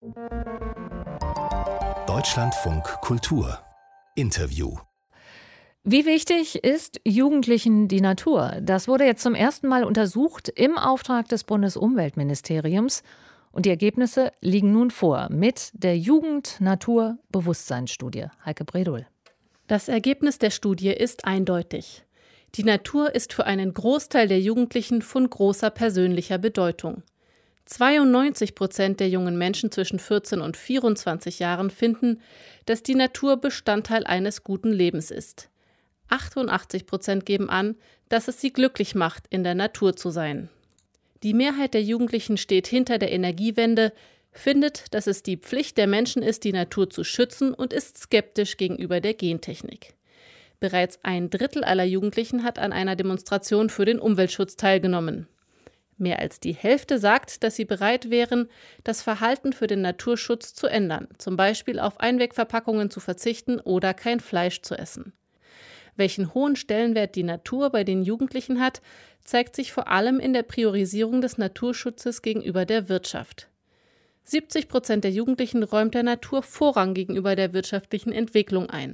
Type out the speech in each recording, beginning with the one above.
Deutschlandfunk Kultur Interview. Wie wichtig ist Jugendlichen die Natur? Das wurde jetzt zum ersten Mal untersucht im Auftrag des Bundesumweltministeriums. Und die Ergebnisse liegen nun vor mit der Jugend-Natur-Bewusstseinsstudie. Heike Bredol. Das Ergebnis der Studie ist eindeutig. Die Natur ist für einen Großteil der Jugendlichen von großer persönlicher Bedeutung. 92% der jungen Menschen zwischen 14 und 24 Jahren finden, dass die Natur Bestandteil eines guten Lebens ist. 88% geben an, dass es sie glücklich macht, in der Natur zu sein. Die Mehrheit der Jugendlichen steht hinter der Energiewende, findet, dass es die Pflicht der Menschen ist, die Natur zu schützen und ist skeptisch gegenüber der Gentechnik. Bereits 1/3 aller Jugendlichen hat an einer Demonstration für den Umweltschutz teilgenommen. Mehr als die Hälfte sagt, dass sie bereit wären, das Verhalten für den Naturschutz zu ändern, zum Beispiel auf Einwegverpackungen zu verzichten oder kein Fleisch zu essen. Welchen hohen Stellenwert die Natur bei den Jugendlichen hat, zeigt sich vor allem in der Priorisierung des Naturschutzes gegenüber der Wirtschaft. 70% der Jugendlichen räumt der Natur Vorrang gegenüber der wirtschaftlichen Entwicklung ein.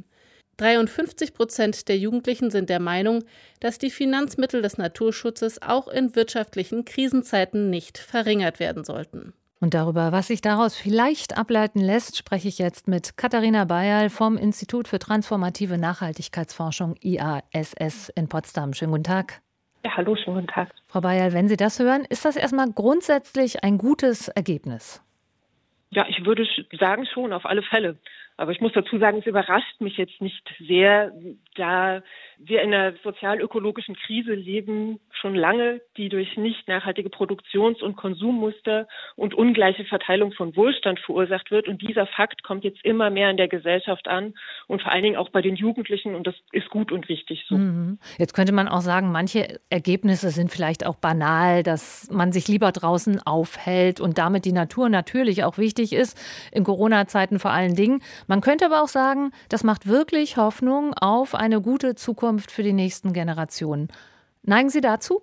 53% der Jugendlichen sind der Meinung, dass die Finanzmittel des Naturschutzes auch in wirtschaftlichen Krisenzeiten nicht verringert werden sollten. Und darüber, was sich daraus vielleicht ableiten lässt, spreche ich jetzt mit Katharina Bayerl vom Institut für transformative Nachhaltigkeitsforschung IASS in Potsdam. Schönen guten Tag. Ja, hallo, schönen guten Tag. Frau Bayerl, wenn Sie das hören, ist das erstmal grundsätzlich ein gutes Ergebnis? Ja, ich würde sagen schon, auf alle Fälle. Aber ich muss dazu sagen, es überrascht mich jetzt nicht sehr, da wir in einer sozial-ökologischen Krise leben, schon lange, die durch nicht nachhaltige Produktions- und Konsummuster und ungleiche Verteilung von Wohlstand verursacht wird. Und dieser Fakt kommt jetzt immer mehr in der Gesellschaft an und vor allen Dingen auch bei den Jugendlichen. Und das ist gut und richtig so. Jetzt könnte man auch sagen, manche Ergebnisse sind vielleicht auch banal, dass man sich lieber draußen aufhält und damit die Natur natürlich auch wichtig ist, in Corona-Zeiten vor allen Dingen. Man könnte aber auch sagen, das macht wirklich Hoffnung auf eine gute Zukunft für die nächsten Generationen. Neigen Sie dazu?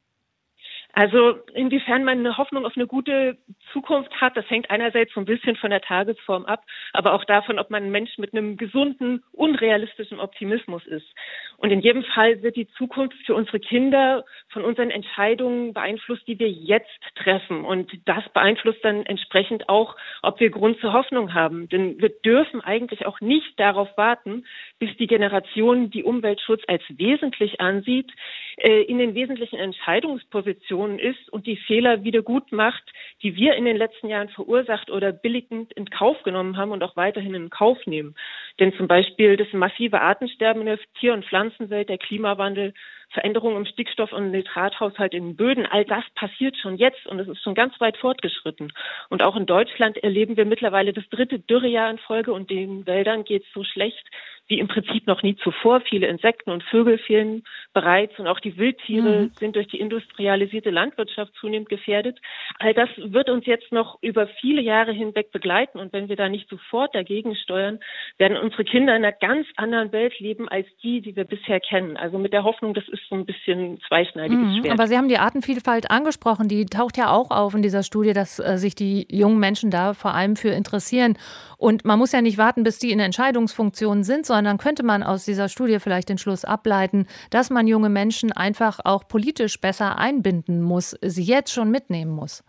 Also inwiefern man eine Hoffnung auf eine gute Zukunft hat, das hängt einerseits so ein bisschen von der Tagesform ab, aber auch davon, ob man ein Mensch mit einem gesunden, unrealistischen Optimismus ist. Und in jedem Fall wird die Zukunft für unsere Kinder von unseren Entscheidungen beeinflusst, die wir jetzt treffen. Und das beeinflusst dann entsprechend auch, ob wir Grund zur Hoffnung haben. Denn wir dürfen eigentlich auch nicht darauf warten, bis die Generation, die Umweltschutz als wesentlich ansieht, in den wesentlichen Entscheidungspositionen ist und die Fehler wieder gut macht, die wir in den letzten Jahren verursacht oder billigend in Kauf genommen haben und auch weiterhin in Kauf nehmen. Denn zum Beispiel das massive Artensterben in der Tier- und Pflanzenwelt, der Klimawandel, Veränderungen im Stickstoff- und Nitrathaushalt in den Böden, all das passiert schon jetzt und es ist schon ganz weit fortgeschritten. Und auch in Deutschland erleben wir mittlerweile das 3. Dürrejahr in Folge und den Wäldern geht es so schlecht wie im Prinzip noch nie zuvor. Viele Insekten und Vögel fehlen bereits und auch die Wildtiere sind durch die industrialisierte Landwirtschaft zunehmend gefährdet. All das wird uns jetzt noch über viele Jahre hinweg begleiten und wenn wir da nicht sofort dagegen steuern, werden unsere Kinder in einer ganz anderen Welt leben als die wir bisher kennen. Also mit der Hoffnung, das ist so ein bisschen zweischneidiges Schwert. Aber Sie haben die Artenvielfalt angesprochen, die taucht ja auch auf in dieser Studie, dass sich die jungen Menschen da vor allem für interessieren. Und man muss ja nicht warten, bis die in Entscheidungsfunktionen sind, sondern könnte man aus dieser Studie vielleicht den Schluss ableiten, dass man junge Menschen einfach auch politisch besser einbinden muss, sie jetzt schon mitnehmen muss.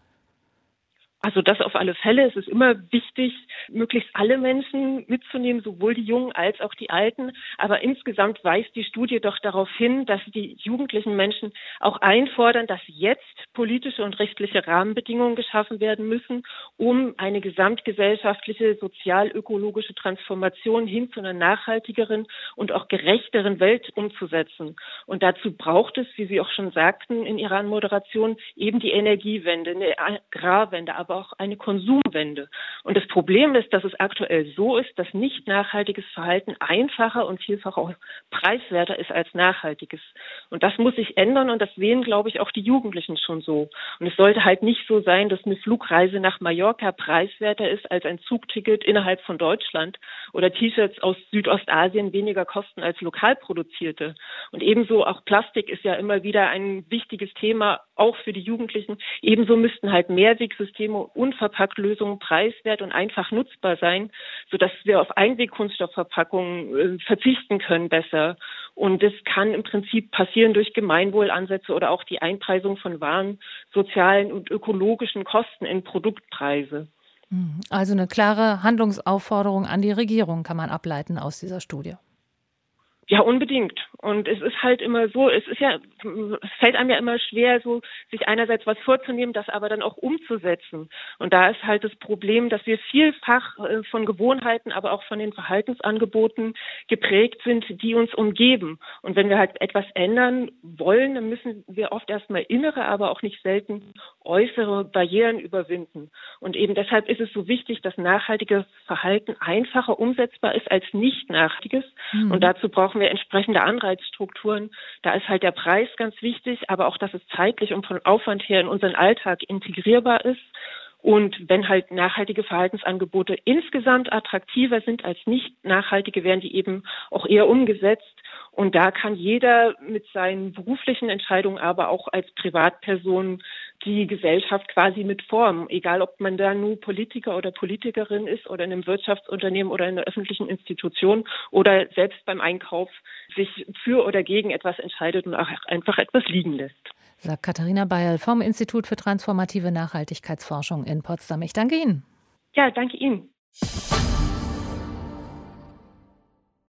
Also das auf alle Fälle. Es ist immer wichtig, möglichst alle Menschen mitzunehmen, sowohl die Jungen als auch die Alten. Aber insgesamt weist die Studie doch darauf hin, dass die jugendlichen Menschen auch einfordern, dass jetzt politische und rechtliche Rahmenbedingungen geschaffen werden müssen, um eine gesamtgesellschaftliche, sozial-ökologische Transformation hin zu einer nachhaltigeren und auch gerechteren Welt umzusetzen. Und dazu braucht es, wie Sie auch schon sagten in Ihrer Anmoderation, eben die Energiewende, eine Agrarwende, aber auch eine Konsumwende. Und das Problem ist, dass es aktuell so ist, dass nicht nachhaltiges Verhalten einfacher und vielfach auch preiswerter ist als nachhaltiges. Und das muss sich ändern und das sehen, glaube ich, auch die Jugendlichen schon so. Und es sollte halt nicht so sein, dass eine Flugreise nach Mallorca preiswerter ist als ein Zugticket innerhalb von Deutschland oder T-Shirts aus Südostasien weniger kosten als lokal produzierte. Und ebenso auch Plastik ist ja immer wieder ein wichtiges Thema, auch für die Jugendlichen. Ebenso müssten halt Mehrwegsysteme, Unverpackt-Lösungen preiswerter Mehrwert und einfach nutzbar sein, sodass wir auf Einweg-Kunststoffverpackungen verzichten können besser. Und das kann im Prinzip passieren durch Gemeinwohlansätze oder auch die Einpreisung von Waren, sozialen und ökologischen Kosten in Produktpreise. Also eine klare Handlungsaufforderung an die Regierung kann man ableiten aus dieser Studie. Ja, unbedingt. Und es ist halt immer so, es fällt einem ja immer schwer, so sich einerseits was vorzunehmen, das aber dann auch umzusetzen. Und da ist halt das Problem, dass wir vielfach von Gewohnheiten, aber auch von den Verhaltensangeboten geprägt sind, die uns umgeben. Und wenn wir halt etwas ändern wollen, dann müssen wir oft erstmal innere, aber auch nicht selten äußere Barrieren überwinden. Und eben deshalb ist es so wichtig, dass nachhaltiges Verhalten einfacher umsetzbar ist als nicht nachhaltiges. Und dazu brauchen wir entsprechende Anreizstrukturen. Da ist halt der Preis ganz wichtig, aber auch, dass es zeitlich und von Aufwand her in unseren Alltag integrierbar ist. Und wenn halt nachhaltige Verhaltensangebote insgesamt attraktiver sind als nicht nachhaltige, werden die eben auch eher umgesetzt. Und da kann jeder mit seinen beruflichen Entscheidungen, aber auch als Privatperson die Gesellschaft quasi mit formen. Egal, ob man da nur Politiker oder Politikerin ist oder in einem Wirtschaftsunternehmen oder in einer öffentlichen Institution oder selbst beim Einkauf sich für oder gegen etwas entscheidet und auch einfach etwas liegen lässt. Sagt Katharina Beierl vom Institut für transformative Nachhaltigkeitsforschung in Potsdam. Ich danke Ihnen. Ja, danke Ihnen.